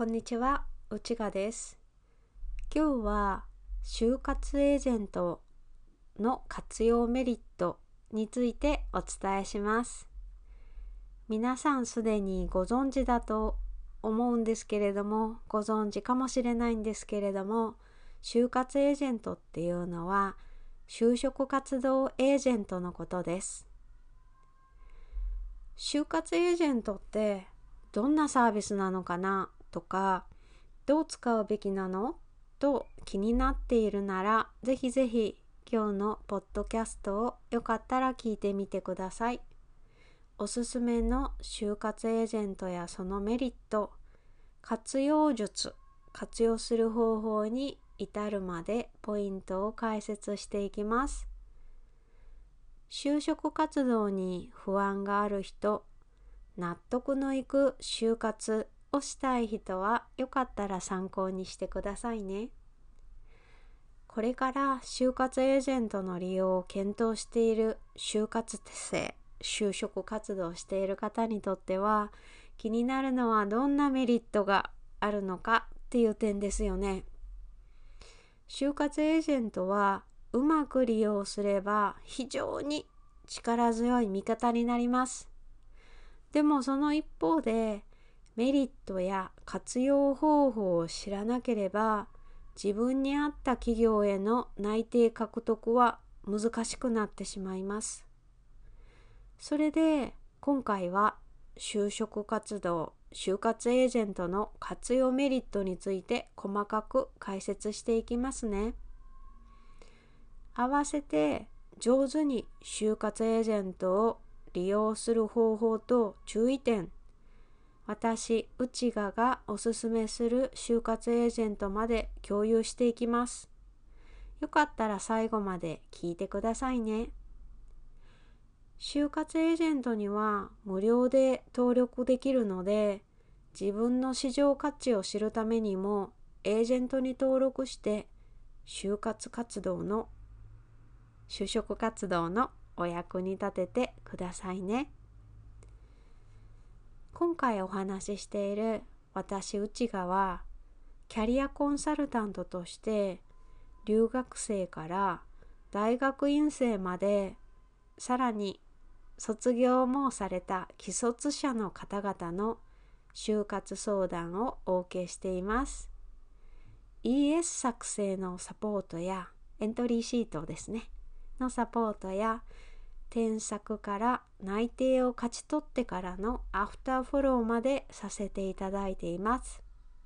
こんにちは、内賀です。今日は就活エージェントの活用メリットについてお伝えします。皆さんすでにご存知だと思うんですけれども、ご存知かもしれないんですけれども、就活エージェントっていうのは就職活動エージェントのことです。就活エージェントってどんなサービスなのかなとか、どう使うべきなのと気になっているなら、ぜひぜひ今日のポッドキャストをよかったら聞いてみてください。おすすめの就活エージェントやそのメリット、活用術、活用する方法に至るまでポイントを解説していきます。就職活動に不安がある人、納得のいく就活をしたい人はよかったら参考にしてくださいね。これから就活エージェントの利用を検討している就活生、就職活動をしている方にとっては、気になるのはどんなメリットがあるのかっていう点ですよね。就活エージェントはうまく利用すれば非常に力強い味方になります。でもその一方で、メリットや活用方法を知らなければ、自分に合った企業への内定獲得は難しくなってしまいます。それで今回は就職活動、就活エージェントの活用メリットについて細かく解説していきますね。合わせて上手に就活エージェントを利用する方法と注意点、私、内賀がおすすめする就活エージェントまで共有していきます。よかったら最後まで聞いてくださいね。就活エージェントには無料で登録できるので、自分の市場価値を知るためにもエージェントに登録して就職活動のお役に立ててくださいね。今回お話ししている私内賀はキャリアコンサルタントとして留学生から大学院生まで、さらに卒業もされた既卒者の方々の就活相談をお受けしています。ES 作成のサポートやエントリーシートですねのサポートや、添削から内定を勝ち取ってからのアフターフォローまでさせていただいています。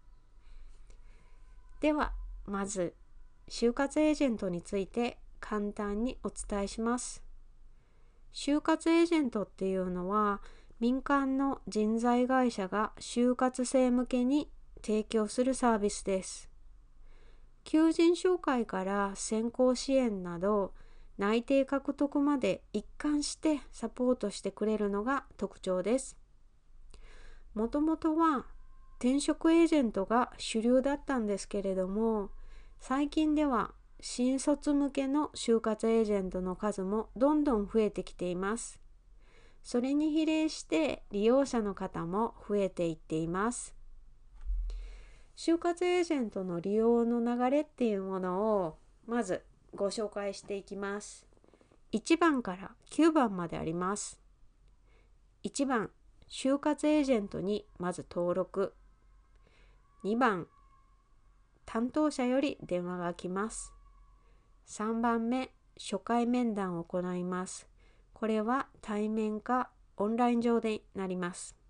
ではまず就活エージェントについて簡単にお伝えします。就活エージェントっていうのは民間の人材会社が就活生向けに提供するサービスです。求人紹介から選考支援など内定獲得まで一貫してサポートしてくれるのが特徴です。もともとは転職エージェントが主流だったんですけれども、最近では新卒向けの就活エージェントの数もどんどん増えてきています。それに比例して利用者の方も増えていっています。就活エージェントの利用の流れっていうものをまずご紹介していきます。1番から9番まであります。1番、就活エージェントにまず登録。2番、担当者より電話が来ます。3番目、初回面談を行います。これは対面かオンライン上でなります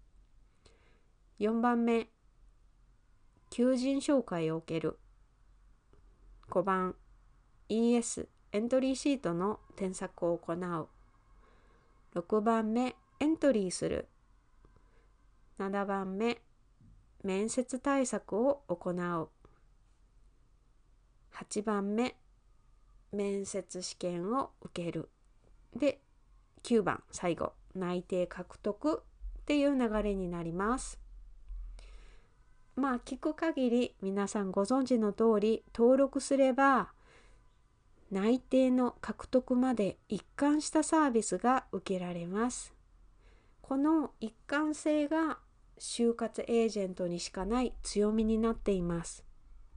。4番目、求人紹介を受ける。5番、ES エントリーシートの添削を行う。6番目、エントリーする。7番目、面接対策を行う。8番目、面接試験を受ける。で、9番、最後、内定獲得っていう流れになります。聞く限り皆さんご存知の通り、登録すれば内定の獲得まで一貫したサービスが受けられます。この一貫性が就活エージェントにしかない強みになっています。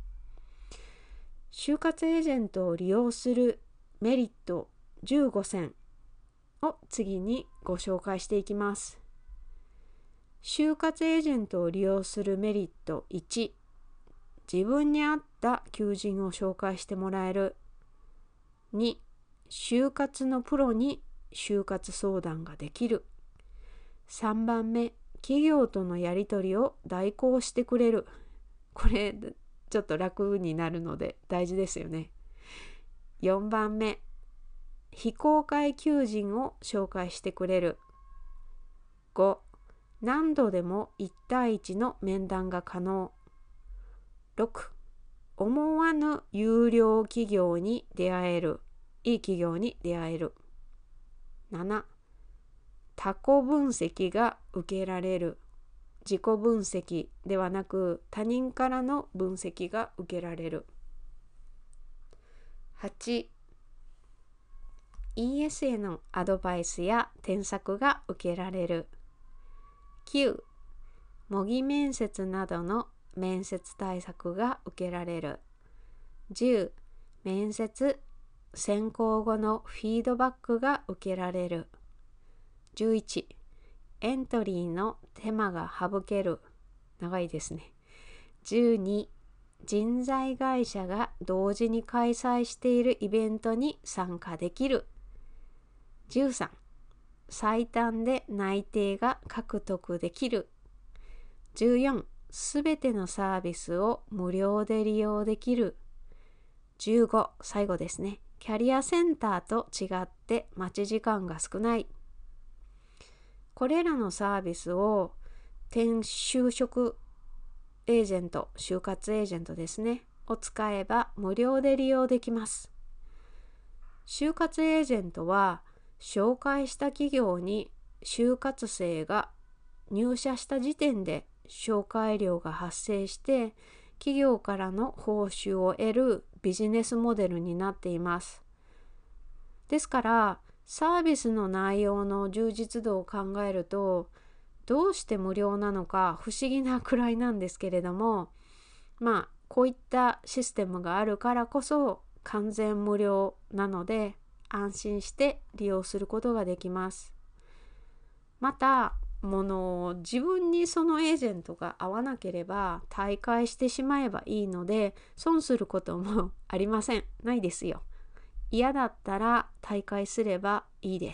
就活エージェントを利用するメリット15選を次にご紹介していきます。就活エージェントを利用するメリット1、自分に合った求人を紹介してもらえる。2、就活のプロに就活相談ができる。3番目、企業とのやり取りを代行してくれる。これちょっと楽になるので大事ですよね。4番目、非公開求人を紹介してくれる。5、何度でも1対1の面談が可能。6、思わぬ有料企業に出会える。いい企業に出会える。7、他己分析が受けられる。自己分析ではなく他人からの分析が受けられる。8、ES へのアドバイスや添削が受けられる。9、模擬面接などの面接対策が受けられる。10、面接選考後のフィードバックが受けられる。11、エントリーの手間が省ける。長いですね。12、人材会社が同時に開催しているイベントに参加できる。13、最短で内定が獲得できる。14、すべてのサービスを無料で利用できる。15、最後ですね。キャリアセンターと違って待ち時間が少ない。これらのサービスを就職エージェント、就活エージェントですね、を使えば無料で利用できます。就活エージェントは紹介した企業に就活生が入社した時点で紹介料が発生して企業からの報酬を得るビジネスモデルになっています。ですからサービスの内容の充実度を考えるとどうして無料なのか不思議なくらいなんですけれども、こういったシステムがあるからこそ完全無料なので安心して利用することができます。また自分にそのエージェントが合わなければ退会してしまえばいいので損することもありません。ないですよ。嫌だったら退会すればいいです。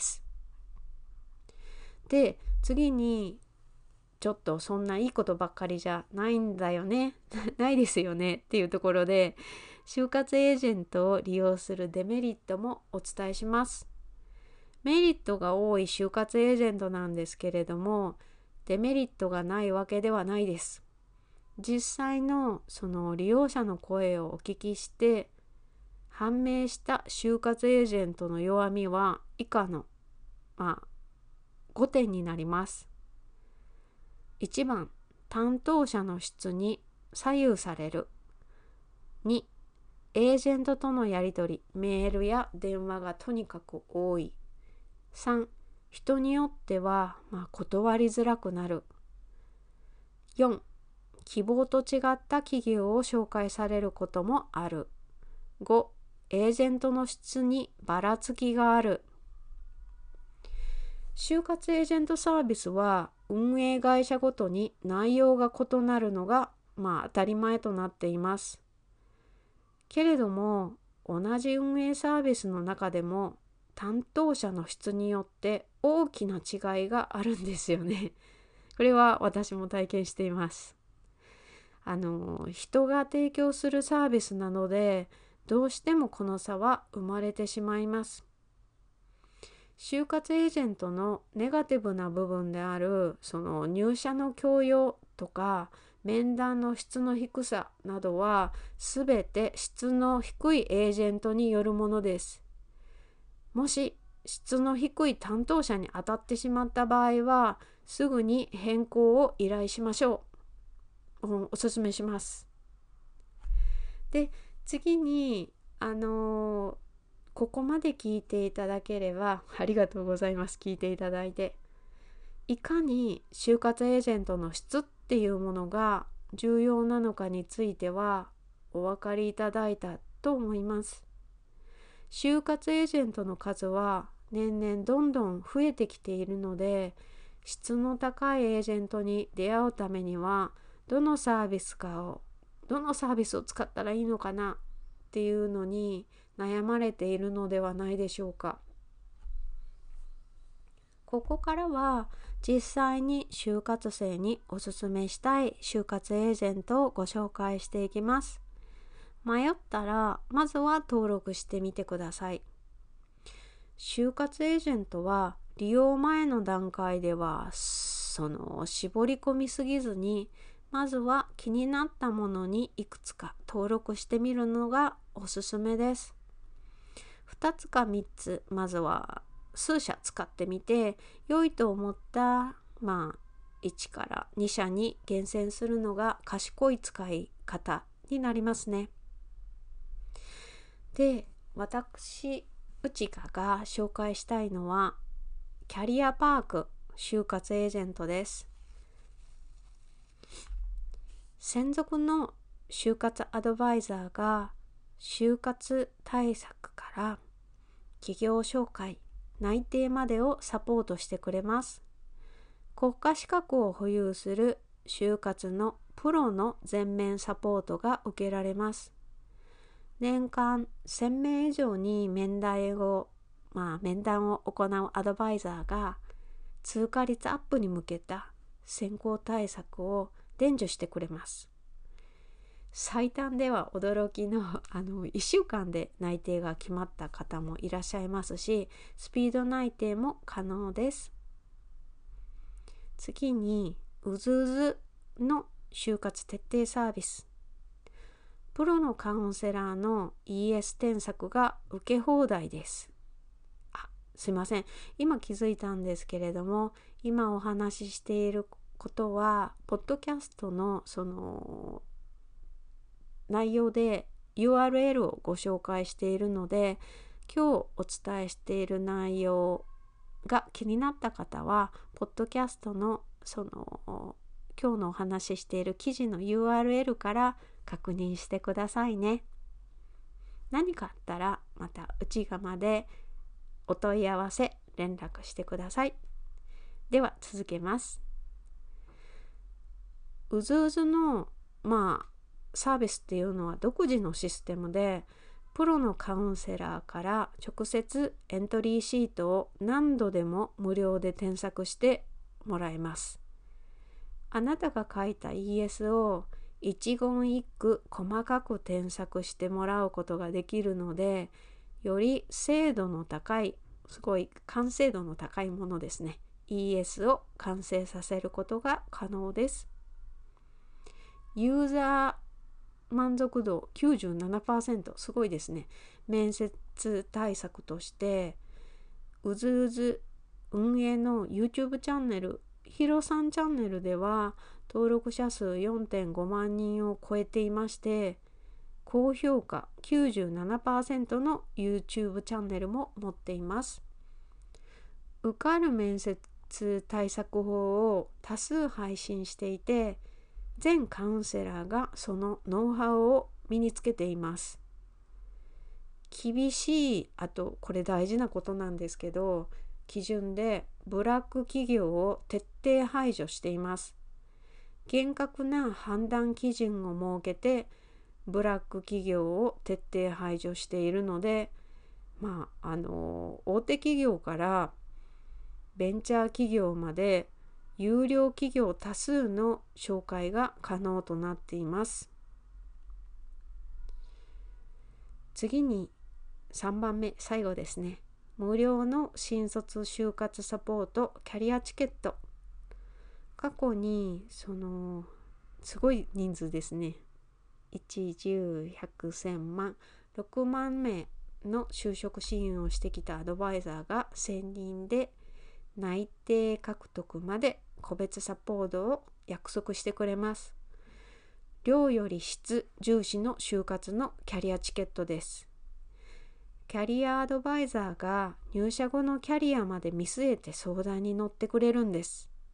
で、次にちょっとそんないいことばっかりじゃないんだよねないですよねっていうところで就活エージェントを利用するデメリットもお伝えします。メリットが多い就活エージェントなんですけれどもデメリットがないわけではないです。実際のその利用者の声をお聞きして判明した就活エージェントの弱みは以下の、5点になります。1番、担当者の質に左右される。2、エージェントとのやり取り、メールや電話がとにかく多い。3、人によっては、断りづらくなる。4、希望と違った企業を紹介されることもある。5、エージェントの質にばらつきがある。就活エージェントサービスは運営会社ごとに内容が異なるのが当たり前となっています。けれども同じ運営サービスの中でも担当者の質によって大きな違いがあるんですよね。これは私も体験しています。人が提供するサービスなのでどうしてもこの差は生まれてしまいます。就活エージェントのネガティブな部分であるその入社の強要とか面談の質の低さなどはすべて質の低いエージェントによるものです。もし質の低い担当者に当たってしまった場合はすぐに変更を依頼しましょう。お勧めします。で、次にここまで聞いていただければありがとうございます。聞いていただいていかに就活エージェントの質っていうものが重要なのかについてはお分かりいただいたと思います。就活エージェントの数は年々どんどん増えてきているので、質の高いエージェントに出会うためにはどのサービスを使ったらいいのかなっていうのに悩まれているのではないでしょうか。ここからは実際に就活生におすすめしたい就活エージェントをご紹介していきます。迷ったらまずは登録してみてください。就活エージェントは利用前の段階では絞り込みすぎずに、まずは気になったものにいくつか登録してみるのがおすすめです。2つか3つ、まずは数社使ってみて、良いと思った1から2社に厳選するのが賢い使い方になりますね。で、うちが紹介したいのはキャリアパーク就活エージェントです。専属の就活アドバイザーが就活対策から企業紹介、内定までをサポートしてくれます。国家資格を保有する就活のプロの全面サポートが受けられます。年間1000名以上に面談を行うアドバイザーが通過率アップに向けた選考対策を伝授してくれます。最短では驚きの1週間で内定が決まった方もいらっしゃいますし、スピード内定も可能です。次にうずうずの就活徹底サービス。プロのカウンセラーの ES 添削が受け放題です。すいません、今気づいたんですけれども、今お話ししていることはポッドキャストの内容で URL をご紹介しているので、今日お伝えしている内容が気になった方はポッドキャストの今日のお話ししている記事の URL から確認してくださいね。何かあったらまた内側でお問い合わせ連絡してください。では続けます。うずうずのサービスっていうのは独自のシステムで、プロのカウンセラーから直接エントリーシートを何度でも無料で添削してもらえます。あなたが書いた ES を一言一句細かく添削してもらうことができるので、より精度の高い、すごい完成度の高いものですね。ES を完成させることが可能です。ユーザー満足度 97%、 すごいですね。面接対策としてうずうず運営の YouTube チャンネル、ヒロさんチャンネルでは登録者数 4.5 万人を超えていまして、高評価 97% の YouTube チャンネルも持っています。受かる面接対策法を多数配信していて、全カウンセラーがそのノウハウを身につけています。厳しい、これ大事なことなんですけど、基準でブラック企業を徹底排除しています。厳格な判断基準を設けてブラック企業を徹底排除しているので、大手企業からベンチャー企業まで有料企業多数の紹介が可能となっています。次に3番目、最後ですね。無料の新卒就活サポートキャリアチケット。過去にすごい人数ですね。1、10、100、1000万、6万名の就職支援をしてきたアドバイザーが専任で内定獲得まで個別サポートを約束してくれます。量より質重視の就活のキャリアチケットです。キャリアアドバイザーが入社後のキャリアまで見据えて相談に乗ってくれるんです。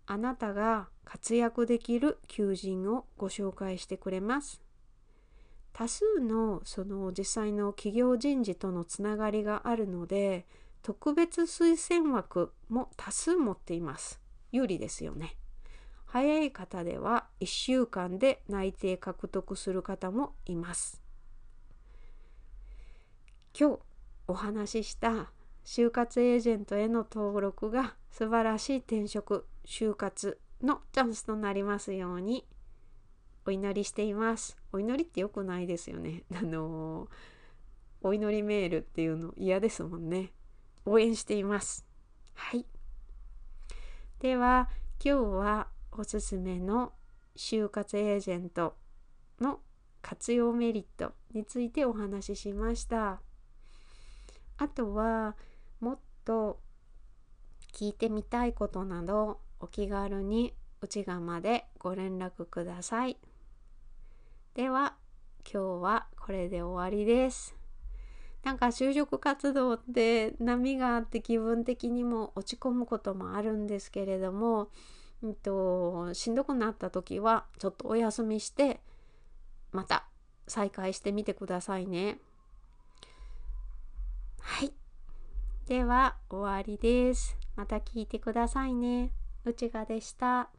あなたが活躍できる求人をご紹介してくれます。多数のその実際の企業人事とのつながりがあるので、特別推薦枠も多数持っています。有利ですよね。早い方では1週間で内定獲得する方もいます。今日お話しした就活エージェントへの登録が素晴らしい転職、就活のチャンスとなりますようにお祈りしています。お祈りって良くないですよね。お祈りメールっていうの嫌ですもんね。応援しています。はい。では今日はおすすめの就活エージェントの活用メリットについてお話ししました。あとはもっと聞いてみたいことなどお気軽に内側までご連絡ください。では今日はこれで終わりです。なんか就職活動って波があって気分的にも落ち込むこともあるんですけれども、しんどくなった時はちょっとお休みしてまた再開してみてくださいね。はい。では終わりです。また聞いてくださいね。内賀でした。